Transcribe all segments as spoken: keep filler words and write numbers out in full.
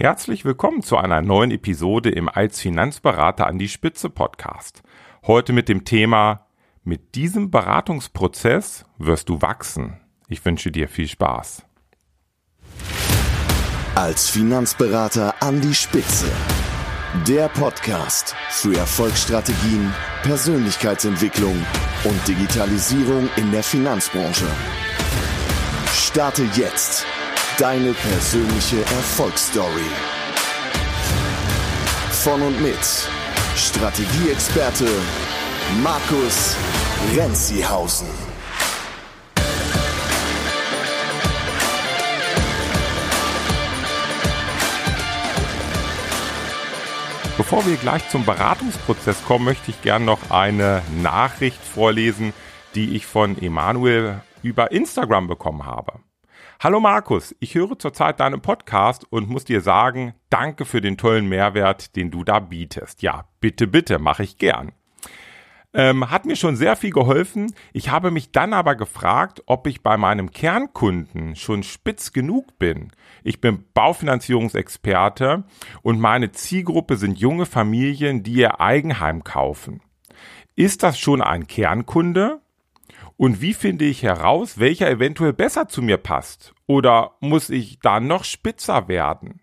Herzlich willkommen zu einer neuen Episode im Als Finanzberater an die Spitze Podcast. Heute mit dem Thema: Mit diesem Beratungsprozess wirst du wachsen. Ich wünsche dir viel Spaß. Als Finanzberater an die Spitze. Der Podcast für Erfolgsstrategien, Persönlichkeitsentwicklung und Digitalisierung in der Finanzbranche. Starte jetzt deine persönliche Erfolgsstory. Von und mit Strategieexperte Markus Renzihausen. Bevor wir gleich zum Beratungsprozess kommen, möchte ich gerne noch eine Nachricht vorlesen, die ich von Emanuel über Instagram bekommen habe. Hallo Markus, ich höre zurzeit deinen Podcast und muss dir sagen, danke für den tollen Mehrwert, den du da bietest. Ja, bitte, bitte, mache ich gern. Ähm, hat mir schon sehr viel geholfen. Ich habe mich dann aber gefragt, ob ich bei meinem Kernkunden schon spitz genug bin. Ich bin Baufinanzierungsexperte und meine Zielgruppe sind junge Familien, die ihr Eigenheim kaufen. Ist das schon ein Kernkunde? Und wie finde ich heraus, welcher eventuell besser zu mir passt? Oder muss ich da noch spitzer werden?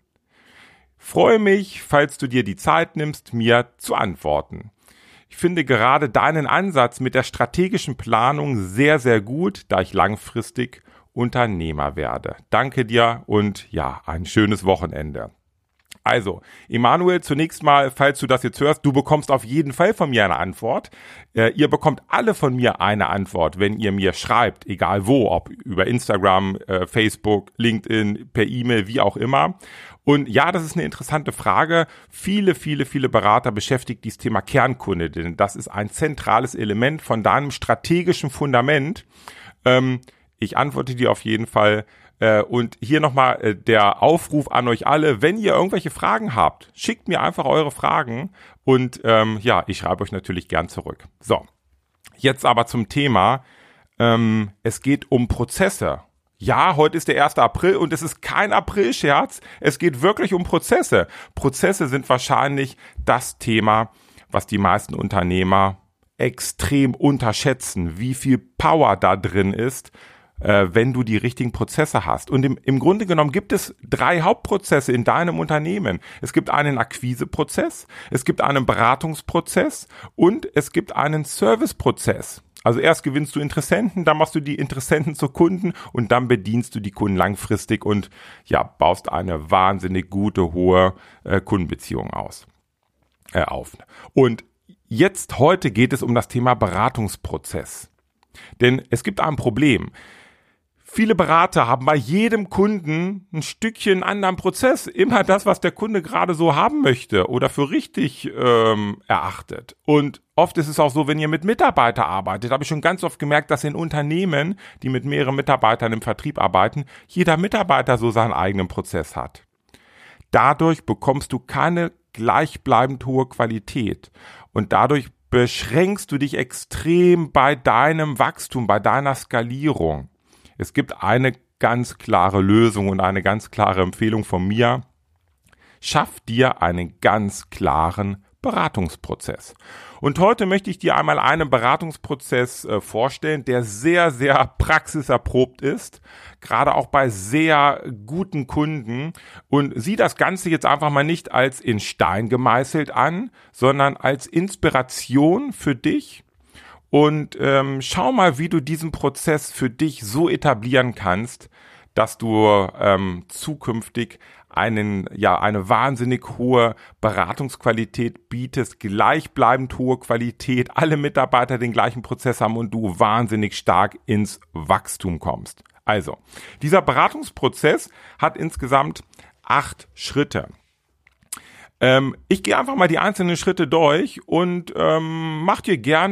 Freue mich, falls du dir die Zeit nimmst, mir zu antworten. Ich finde gerade deinen Ansatz mit der strategischen Planung sehr, sehr gut, da ich langfristig Unternehmer werde. Danke dir und ja, ein schönes Wochenende. Also, Emanuel, zunächst mal, falls du das jetzt hörst, du bekommst auf jeden Fall von mir eine Antwort. Äh, ihr bekommt alle von mir eine Antwort, wenn ihr mir schreibt, egal wo, ob über Instagram, äh, Facebook, LinkedIn, per E-Mail, wie auch immer. Und ja, das ist eine interessante Frage. Viele, viele, viele Berater beschäftigt dieses Thema Kernkunde, denn das ist ein zentrales Element von deinem strategischen Fundament. Ähm, ich antworte dir auf jeden Fall. Und hier nochmal der Aufruf an euch alle: Wenn ihr irgendwelche Fragen habt, schickt mir einfach eure Fragen und ähm, ja, ich schreibe euch natürlich gern zurück. So, jetzt aber zum Thema. Ähm, es geht um Prozesse. Ja, heute ist der erste April und es ist kein Aprilscherz. Es geht wirklich um Prozesse. Prozesse sind wahrscheinlich das Thema, was die meisten Unternehmer extrem unterschätzen, wie viel Power da drin ist, wenn du die richtigen Prozesse hast. Und im, im Grunde genommen gibt es drei Hauptprozesse in deinem Unternehmen. Es gibt einen Akquiseprozess, es gibt einen Beratungsprozess und es gibt einen Serviceprozess. Also erst gewinnst du Interessenten, dann machst du die Interessenten zu Kunden und dann bedienst du die Kunden langfristig und ja, baust eine wahnsinnig gute, hohe äh, Kundenbeziehung aus, äh, auf. Und jetzt, heute geht es um das Thema Beratungsprozess. Denn es gibt ein Problem. Viele Berater haben bei jedem Kunden ein Stückchen anderen Prozess, immer das, was der Kunde gerade so haben möchte oder für richtig ähm, erachtet. Und oft ist es auch so, wenn ihr mit Mitarbeitern arbeitet, habe ich schon ganz oft gemerkt, dass in Unternehmen, die mit mehreren Mitarbeitern im Vertrieb arbeiten, jeder Mitarbeiter so seinen eigenen Prozess hat. Dadurch bekommst du keine gleichbleibend hohe Qualität und dadurch beschränkst du dich extrem bei deinem Wachstum, bei deiner Skalierung. Es gibt eine ganz klare Lösung und eine ganz klare Empfehlung von mir. Schaff dir einen ganz klaren Beratungsprozess. Und heute möchte ich dir einmal einen Beratungsprozess äh, vorstellen, der sehr, sehr praxiserprobt ist, gerade auch bei sehr guten Kunden. Und sieh das Ganze jetzt einfach mal nicht als in Stein gemeißelt an, sondern als Inspiration für dich. Und ähm, schau mal, wie du diesen Prozess für dich so etablieren kannst, dass du ähm, zukünftig einen, ja, eine wahnsinnig hohe Beratungsqualität bietest, gleichbleibend hohe Qualität, alle Mitarbeiter den gleichen Prozess haben und du wahnsinnig stark ins Wachstum kommst. Also, dieser Beratungsprozess hat insgesamt acht Schritte. Ähm, ich gehe einfach mal die einzelnen Schritte durch und ähm, mach dir gerne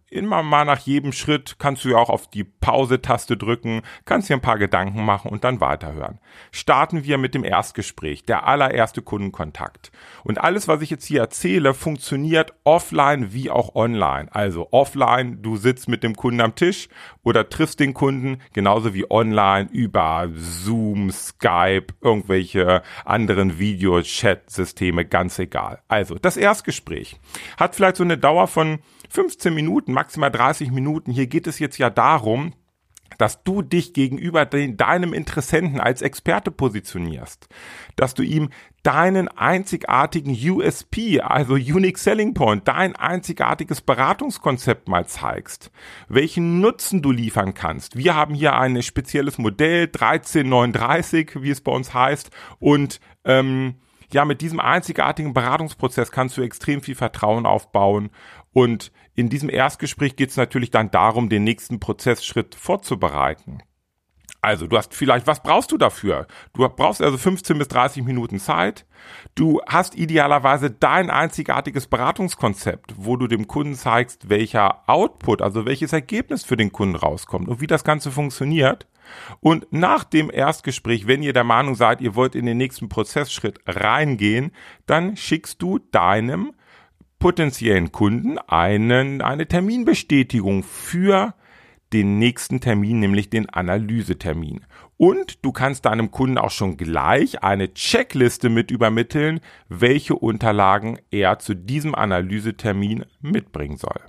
immer mal nach jedem Schritt kannst du ja auch auf die Pause-Taste drücken, kannst dir ein paar Gedanken machen und dann weiterhören. Starten wir mit dem Erstgespräch, der allererste Kundenkontakt. Und alles, was ich jetzt hier erzähle, funktioniert offline wie auch online. Also offline, du sitzt mit dem Kunden am Tisch oder triffst den Kunden, genauso wie online über Zoom, Skype, irgendwelche anderen Video-Chat-Systeme, ganz egal. Also das Erstgespräch hat vielleicht so eine Dauer von fünfzehn Minuten, maximal dreißig Minuten. Hier geht es jetzt ja darum, dass du dich gegenüber den, deinem Interessenten als Experte positionierst, dass du ihm deinen einzigartigen U S P, also Unique Selling Point, dein einzigartiges Beratungskonzept mal zeigst, welchen Nutzen du liefern kannst. Wir haben hier ein spezielles Modell, dreizehn neununddreißig, wie es bei uns heißt, und ähm, ja, mit diesem einzigartigen Beratungsprozess kannst du extrem viel Vertrauen aufbauen. Und in diesem Erstgespräch geht es natürlich dann darum, den nächsten Prozessschritt vorzubereiten. Also, du hast vielleicht, was brauchst du dafür? Du brauchst also fünfzehn bis dreißig Minuten Zeit. Du hast idealerweise dein einzigartiges Beratungskonzept, wo du dem Kunden zeigst, welcher Output, also welches Ergebnis für den Kunden rauskommt und wie das Ganze funktioniert. Und nach dem Erstgespräch, wenn ihr der Meinung seid, ihr wollt in den nächsten Prozessschritt reingehen, dann schickst du deinem potenziellen Kunden einen, eine Terminbestätigung für den nächsten Termin, nämlich den Analysetermin. Und du kannst deinem Kunden auch schon gleich eine Checkliste mit übermitteln, welche Unterlagen er zu diesem Analysetermin mitbringen soll.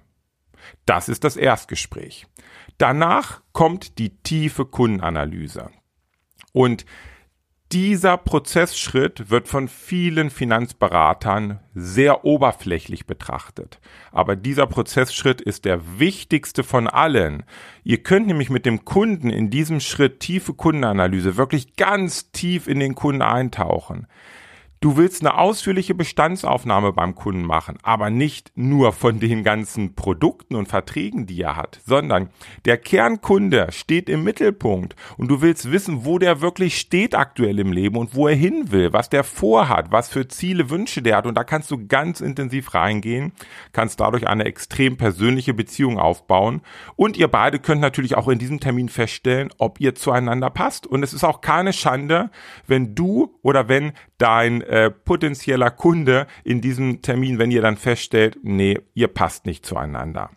Das ist das Erstgespräch. Danach kommt die tiefe Kundenanalyse. Und dieser Prozessschritt wird von vielen Finanzberatern sehr oberflächlich betrachtet. Aber dieser Prozessschritt ist der wichtigste von allen. Ihr könnt nämlich mit dem Kunden in diesem Schritt tiefe Kundenanalyse wirklich ganz tief in den Kunden eintauchen. Du willst eine ausführliche Bestandsaufnahme beim Kunden machen, aber nicht nur von den ganzen Produkten und Verträgen, die er hat, sondern der Kernkunde steht im Mittelpunkt und du willst wissen, wo der wirklich steht aktuell im Leben und wo er hin will, was der vorhat, was für Ziele, Wünsche der hat, und da kannst du ganz intensiv reingehen, kannst dadurch eine extrem persönliche Beziehung aufbauen und ihr beide könnt natürlich auch in diesem Termin feststellen, ob ihr zueinander passt, und es ist auch keine Schande, wenn du oder wenn dein äh, potenzieller Kunde in diesem Termin, wenn ihr dann feststellt, nee, ihr passt nicht zueinander.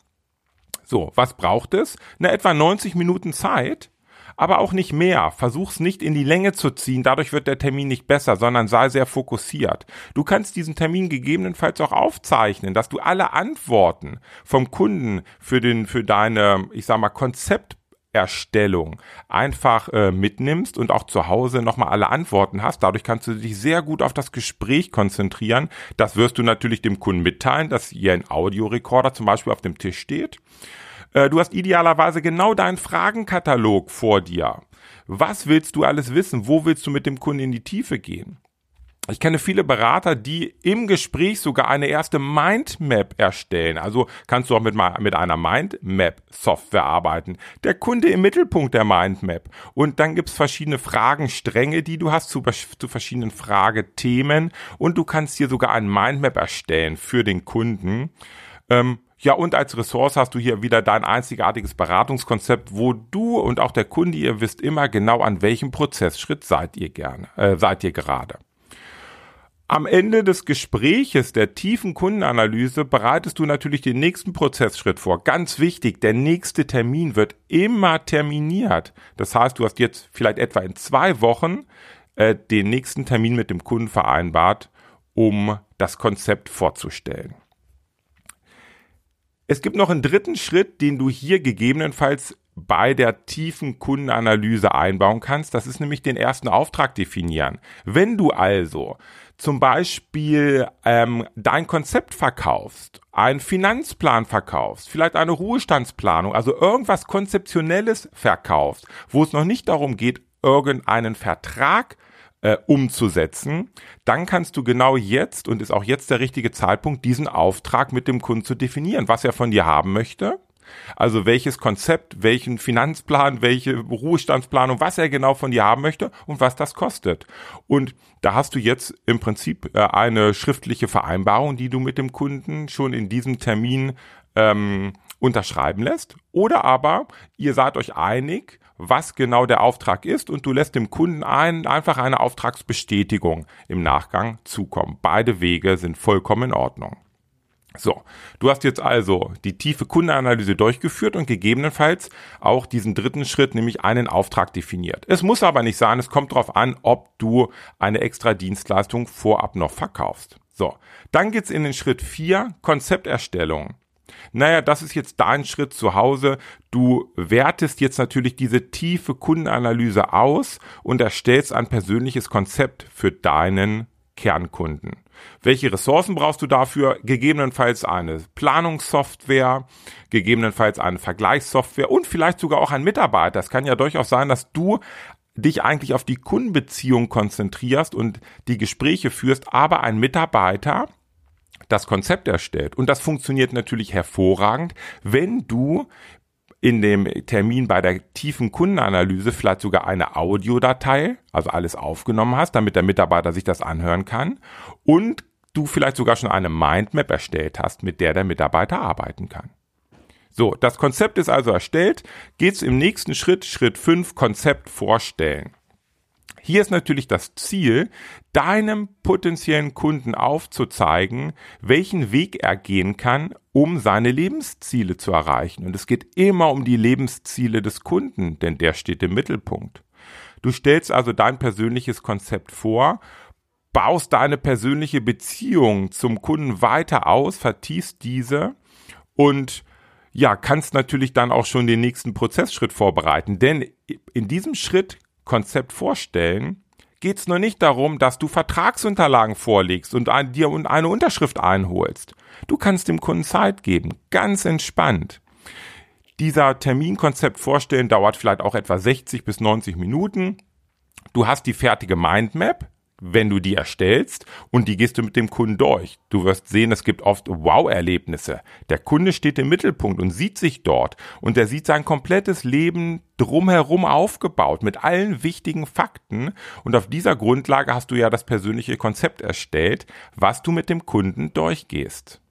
So, was braucht es? Na, etwa neunzig Minuten Zeit, aber auch nicht mehr. Versuch's nicht in die Länge zu ziehen, dadurch wird der Termin nicht besser, sondern sei sehr fokussiert. Du kannst diesen Termin gegebenenfalls auch aufzeichnen, dass du alle Antworten vom Kunden für den, für deine, ich sag mal, Konzept Erstellung einfach äh, mitnimmst und auch zu Hause nochmal alle Antworten hast. Dadurch kannst du dich sehr gut auf das Gespräch konzentrieren. Das wirst du natürlich dem Kunden mitteilen, dass hier ein Audiorekorder zum Beispiel auf dem Tisch steht. Äh, du hast idealerweise genau deinen Fragenkatalog vor dir. Was willst du alles wissen? Wo willst du mit dem Kunden in die Tiefe gehen? Ich kenne viele Berater, die im Gespräch sogar eine erste Mindmap erstellen. Also kannst du auch mit, mit einer Mindmap-Software arbeiten. Der Kunde im Mittelpunkt der Mindmap. Und dann gibt's verschiedene Fragenstränge, die du hast zu, zu verschiedenen Fragethemen. Und du kannst hier sogar ein Mindmap erstellen für den Kunden. Ähm, Ja, und als Ressource hast du hier wieder dein einzigartiges Beratungskonzept, wo du und auch der Kunde, ihr wisst immer genau, an welchem Prozessschritt seid ihr gerne, äh, seid ihr gerade. Am Ende des Gespräches, der tiefen Kundenanalyse, bereitest du natürlich den nächsten Prozessschritt vor. Ganz wichtig, der nächste Termin wird immer terminiert. Das heißt, du hast jetzt vielleicht etwa in zwei Wochen äh, den nächsten Termin mit dem Kunden vereinbart, um das Konzept vorzustellen. Es gibt noch einen dritten Schritt, den du hier gegebenenfalls bei der tiefen Kundenanalyse einbauen kannst. Das ist nämlich den ersten Auftrag definieren. Wenn du also zum Beispiel ähm, dein Konzept verkaufst, einen Finanzplan verkaufst, vielleicht eine Ruhestandsplanung, also irgendwas Konzeptionelles verkaufst, wo es noch nicht darum geht, irgendeinen Vertrag Äh, umzusetzen, dann kannst du genau jetzt, und ist auch jetzt der richtige Zeitpunkt, diesen Auftrag mit dem Kunden zu definieren, was er von dir haben möchte. Also welches Konzept, welchen Finanzplan, welche Ruhestandsplanung, was er genau von dir haben möchte und was das kostet. Und da hast du jetzt im Prinzip äh, eine schriftliche Vereinbarung, die du mit dem Kunden schon in diesem Termin ähm, unterschreiben lässt, oder aber ihr seid euch einig, was genau der Auftrag ist, und du lässt dem Kunden ein, einfach eine Auftragsbestätigung im Nachgang zukommen. Beide Wege sind vollkommen in Ordnung. So, du hast jetzt also die tiefe Kundenanalyse durchgeführt und gegebenenfalls auch diesen dritten Schritt, nämlich einen Auftrag definiert. Es muss aber nicht sein, es kommt darauf an, ob du eine extra Dienstleistung vorab noch verkaufst. So, dann geht's in den Schritt vier, Konzepterstellung. Naja, das ist jetzt dein Schritt zu Hause. Du wertest jetzt natürlich diese tiefe Kundenanalyse aus und erstellst ein persönliches Konzept für deinen Kernkunden. Welche Ressourcen brauchst du dafür? Gegebenenfalls eine Planungssoftware, gegebenenfalls eine Vergleichssoftware und vielleicht sogar auch ein Mitarbeiter. Es kann ja durchaus sein, dass du dich eigentlich auf die Kundenbeziehung konzentrierst und die Gespräche führst, aber ein Mitarbeiter das Konzept erstellt. Und das funktioniert natürlich hervorragend, wenn du in dem Termin bei der tiefen Kundenanalyse vielleicht sogar eine Audiodatei, also alles aufgenommen hast, damit der Mitarbeiter sich das anhören kann, und du vielleicht sogar schon eine Mindmap erstellt hast, mit der der Mitarbeiter arbeiten kann. So, das Konzept ist also erstellt. Geht's im nächsten Schritt, Schritt fünf, Konzept vorstellen. Hier ist natürlich das Ziel, deinem potenziellen Kunden aufzuzeigen, welchen Weg er gehen kann, um seine Lebensziele zu erreichen. Und es geht immer um die Lebensziele des Kunden, denn der steht im Mittelpunkt. Du stellst also dein persönliches Konzept vor, baust deine persönliche Beziehung zum Kunden weiter aus, vertiefst diese und ja, kannst natürlich dann auch schon den nächsten Prozessschritt vorbereiten. Denn in diesem Schritt Konzept vorstellen, geht es nur nicht darum, dass du Vertragsunterlagen vorlegst und ein, dir eine Unterschrift einholst. Du kannst dem Kunden Zeit geben, ganz entspannt. Dieser Terminkonzept vorstellen dauert vielleicht auch etwa sechzig bis neunzig Minuten. Du hast die fertige Mindmap, wenn du die erstellst, und die gehst du mit dem Kunden durch. Du wirst sehen, es gibt oft Wow-Erlebnisse. Der Kunde steht im Mittelpunkt und sieht sich dort, und er sieht sein komplettes Leben drumherum aufgebaut mit allen wichtigen Fakten, und auf dieser Grundlage hast du ja das persönliche Konzept erstellt, was du mit dem Kunden durchgehst.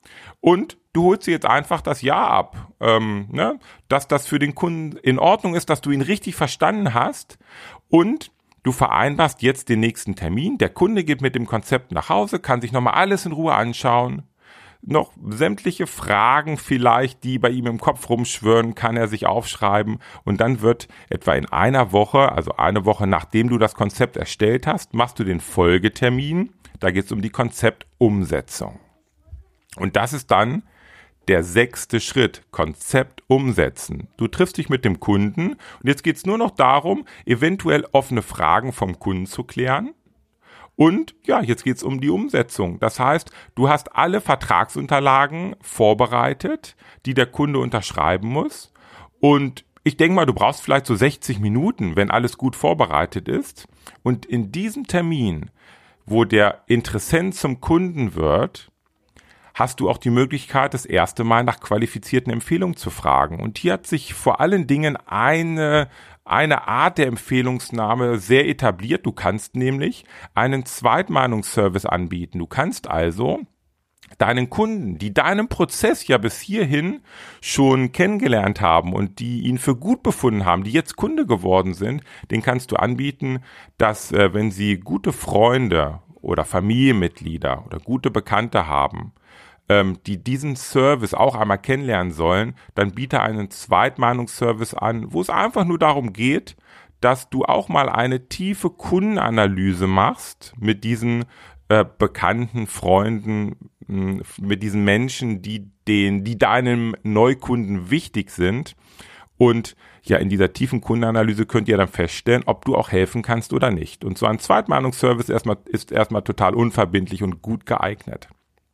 Und du holst dir jetzt einfach das Ja ab, ähm, ne? Dass das für den Kunden in Ordnung ist, dass du ihn richtig verstanden hast, und du vereinbarst jetzt den nächsten Termin. Der Kunde geht mit dem Konzept nach Hause, kann sich nochmal alles in Ruhe anschauen. Noch sämtliche Fragen vielleicht, die bei ihm im Kopf rumschwirren, kann er sich aufschreiben. Und dann wird etwa in einer Woche, also eine Woche nachdem du das Konzept erstellt hast, machst du den Folgetermin. Da geht es um die Konzeptumsetzung. Und das ist dann der sechste Schritt, Konzept umsetzen. Du triffst dich mit dem Kunden, und jetzt geht es nur noch darum, eventuell offene Fragen vom Kunden zu klären. Und ja, jetzt geht es um die Umsetzung. Das heißt, du hast alle Vertragsunterlagen vorbereitet, die der Kunde unterschreiben muss. Und ich denke mal, du brauchst vielleicht so sechzig Minuten, wenn alles gut vorbereitet ist. Und in diesem Termin, wo der Interessent zum Kunden wird, hast du auch die Möglichkeit, das erste Mal nach qualifizierten Empfehlungen zu fragen. Und hier hat sich vor allen Dingen eine, eine Art der Empfehlungsnahme sehr etabliert. Du kannst nämlich einen Zweitmeinungsservice anbieten. Du kannst also deinen Kunden, die deinen Prozess ja bis hierhin schon kennengelernt haben und die ihn für gut befunden haben, die jetzt Kunde geworden sind, den kannst du anbieten, dass äh, wenn sie gute Freunde oder Familienmitglieder oder gute Bekannte haben, die diesen Service auch einmal kennenlernen sollen, dann biete einen Zweitmeinungsservice an, wo es einfach nur darum geht, dass du auch mal eine tiefe Kundenanalyse machst mit diesen äh, bekannten Freunden, mh, mit diesen Menschen, die den, die deinem Neukunden wichtig sind. Und ja, in dieser tiefen Kundenanalyse könnt ihr dann feststellen, ob du auch helfen kannst oder nicht. Und so ein Zweitmeinungsservice erstmal, ist erstmal total unverbindlich und gut geeignet.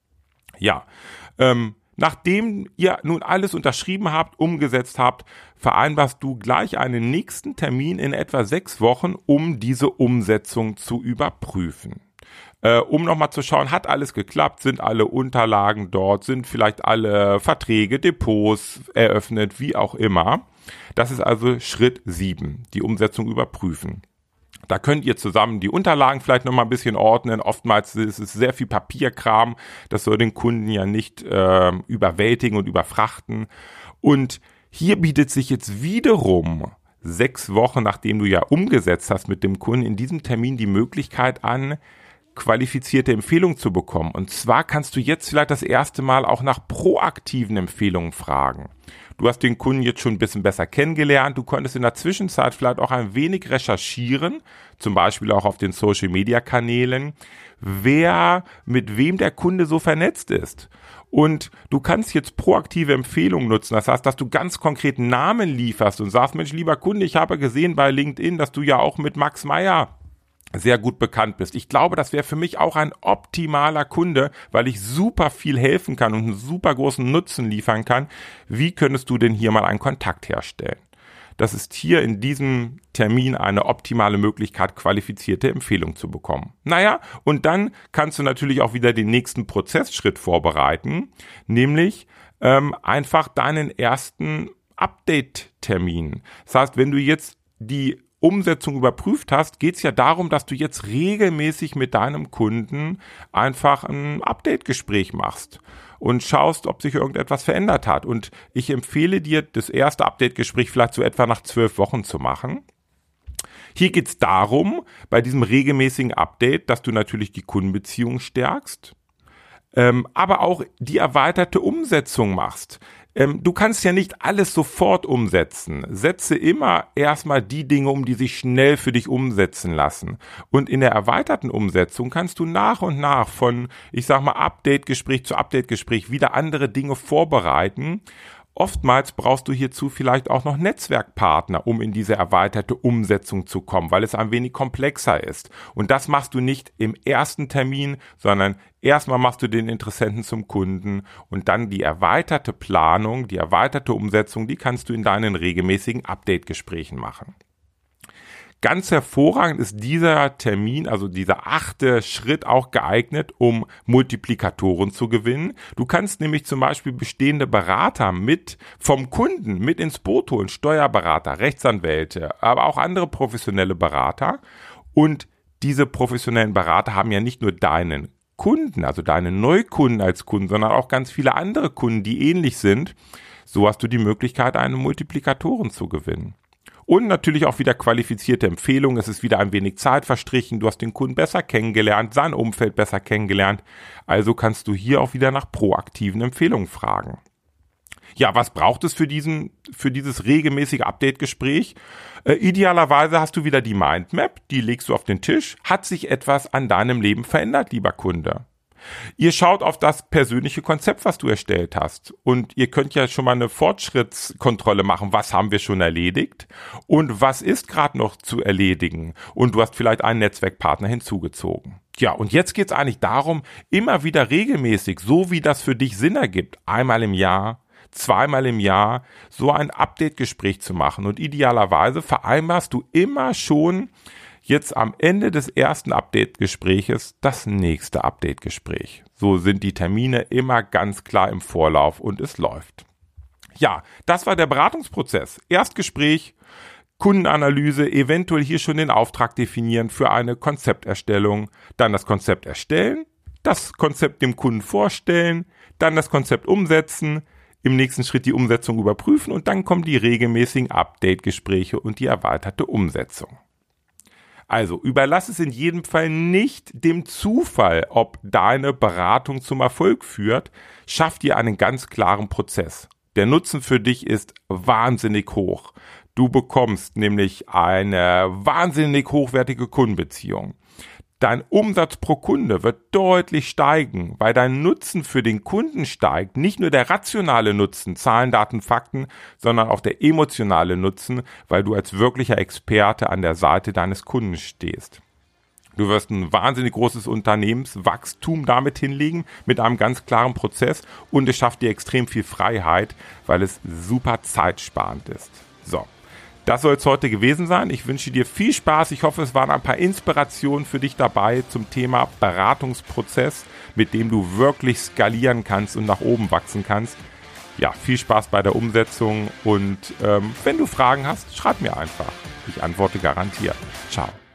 Ja, ähm, nachdem ihr nun alles unterschrieben habt, umgesetzt habt, vereinbarst du gleich einen nächsten Termin in etwa sechs Wochen, um diese Umsetzung zu überprüfen. Äh, um nochmal zu schauen, hat alles geklappt, sind alle Unterlagen dort, sind vielleicht alle Verträge, Depots eröffnet, wie auch immer. Das ist also Schritt sieben, die Umsetzung überprüfen. Da könnt ihr zusammen die Unterlagen vielleicht nochmal ein bisschen ordnen. Oftmals ist es sehr viel Papierkram. Das soll den Kunden ja nicht äh, überwältigen und überfrachten. Und hier bietet sich jetzt wiederum sechs Wochen, nachdem du ja umgesetzt hast mit dem Kunden, in diesem Termin die Möglichkeit an, qualifizierte Empfehlungen zu bekommen. Und zwar kannst du jetzt vielleicht das erste Mal auch nach proaktiven Empfehlungen fragen. Du hast den Kunden jetzt schon ein bisschen besser kennengelernt. Du konntest in der Zwischenzeit vielleicht auch ein wenig recherchieren, zum Beispiel auch auf den Social-Media-Kanälen, wer mit wem der Kunde so vernetzt ist. Und du kannst jetzt proaktive Empfehlungen nutzen. Das heißt, dass du ganz konkret Namen lieferst und sagst, Mensch, lieber Kunde, ich habe gesehen bei LinkedIn, dass du ja auch mit Max Meyer sehr gut bekannt bist. Ich glaube, das wäre für mich auch ein optimaler Kunde, weil ich super viel helfen kann und einen super großen Nutzen liefern kann. Wie könntest du denn hier mal einen Kontakt herstellen? Das ist hier in diesem Termin eine optimale Möglichkeit, qualifizierte Empfehlungen zu bekommen. Naja, und dann kannst du natürlich auch wieder den nächsten Prozessschritt vorbereiten, nämlich ähm, einfach deinen ersten Update-Termin. Das heißt, wenn du jetzt die Umsetzung überprüft hast, geht es ja darum, dass du jetzt regelmäßig mit deinem Kunden einfach ein Update-Gespräch machst und schaust, ob sich irgendetwas verändert hat. Und ich empfehle dir, das erste Update-Gespräch vielleicht so etwa nach zwölf Wochen zu machen. Hier geht es darum, bei diesem regelmäßigen Update, dass du natürlich die Kundenbeziehung stärkst, ähm, aber auch die erweiterte Umsetzung machst. Ähm, du kannst ja nicht alles sofort umsetzen. Setze immer erstmal die Dinge um, die sich schnell für dich umsetzen lassen. Und in der erweiterten Umsetzung kannst du nach und nach von, ich sag mal, Update-Gespräch zu Update-Gespräch wieder andere Dinge vorbereiten. Oftmals brauchst du hierzu vielleicht auch noch Netzwerkpartner, um in diese erweiterte Umsetzung zu kommen, weil es ein wenig komplexer ist. Und das machst du nicht im ersten Termin, sondern erstmal machst du den Interessenten zum Kunden und dann die erweiterte Planung, die erweiterte Umsetzung, die kannst du in deinen regelmäßigen Update-Gesprächen machen. Ganz hervorragend ist dieser Termin, also dieser achte Schritt auch geeignet, um Multiplikatoren zu gewinnen. Du kannst nämlich zum Beispiel bestehende Berater mit vom Kunden mit ins Boot holen, Steuerberater, Rechtsanwälte, aber auch andere professionelle Berater. Und diese professionellen Berater haben ja nicht nur deinen Kunden, also deine Neukunden als Kunden, sondern auch ganz viele andere Kunden, die ähnlich sind. So hast du die Möglichkeit, einen Multiplikatoren zu gewinnen. Und natürlich auch wieder qualifizierte Empfehlungen. Es ist wieder ein wenig Zeit verstrichen. Du hast den Kunden besser kennengelernt, sein Umfeld besser kennengelernt. Also kannst du hier auch wieder nach proaktiven Empfehlungen fragen. Ja, was braucht es für diesen, für dieses regelmäßige Update-Gespräch? Äh, idealerweise hast du wieder die Mindmap, die legst du auf den Tisch. Hat sich etwas an deinem Leben verändert, lieber Kunde? Ihr schaut auf das persönliche Konzept, was du erstellt hast. Und ihr könnt ja schon mal eine Fortschrittskontrolle machen. Was haben wir schon erledigt? Und was ist gerade noch zu erledigen? Und du hast vielleicht einen Netzwerkpartner hinzugezogen. Ja, und jetzt geht es eigentlich darum, immer wieder regelmäßig, so wie das für dich Sinn ergibt, einmal im Jahr, zweimal im Jahr, so ein Update-Gespräch zu machen. Und idealerweise vereinbarst du immer schon jetzt am Ende des ersten Update-Gespräches das nächste Update-Gespräch. So sind die Termine immer ganz klar im Vorlauf und es läuft. Ja, das war der Beratungsprozess. Erstgespräch, Kundenanalyse, eventuell hier schon den Auftrag definieren für eine Konzepterstellung, dann das Konzept erstellen, das Konzept dem Kunden vorstellen, dann das Konzept umsetzen, im nächsten Schritt die Umsetzung überprüfen und dann kommen die regelmäßigen Update-Gespräche und die erweiterte Umsetzung. Also überlass es in jedem Fall nicht dem Zufall, ob deine Beratung zum Erfolg führt. Schaff dir einen ganz klaren Prozess. Der Nutzen für dich ist wahnsinnig hoch. Du bekommst nämlich eine wahnsinnig hochwertige Kundenbeziehung. Dein Umsatz pro Kunde wird deutlich steigen, weil dein Nutzen für den Kunden steigt. Nicht nur der rationale Nutzen, Zahlen, Daten, Fakten, sondern auch der emotionale Nutzen, weil du als wirklicher Experte an der Seite deines Kunden stehst. Du wirst ein wahnsinnig großes Unternehmenswachstum damit hinlegen, mit einem ganz klaren Prozess und es schafft dir extrem viel Freiheit, weil es super zeitsparend ist. So. Das soll es heute gewesen sein. Ich wünsche dir viel Spaß. Ich hoffe, es waren ein paar Inspirationen für dich dabei zum Thema Beratungsprozess, mit dem du wirklich skalieren kannst und nach oben wachsen kannst. Ja, viel Spaß bei der Umsetzung und ähm, wenn du Fragen hast, schreib mir einfach. Ich antworte garantiert. Ciao.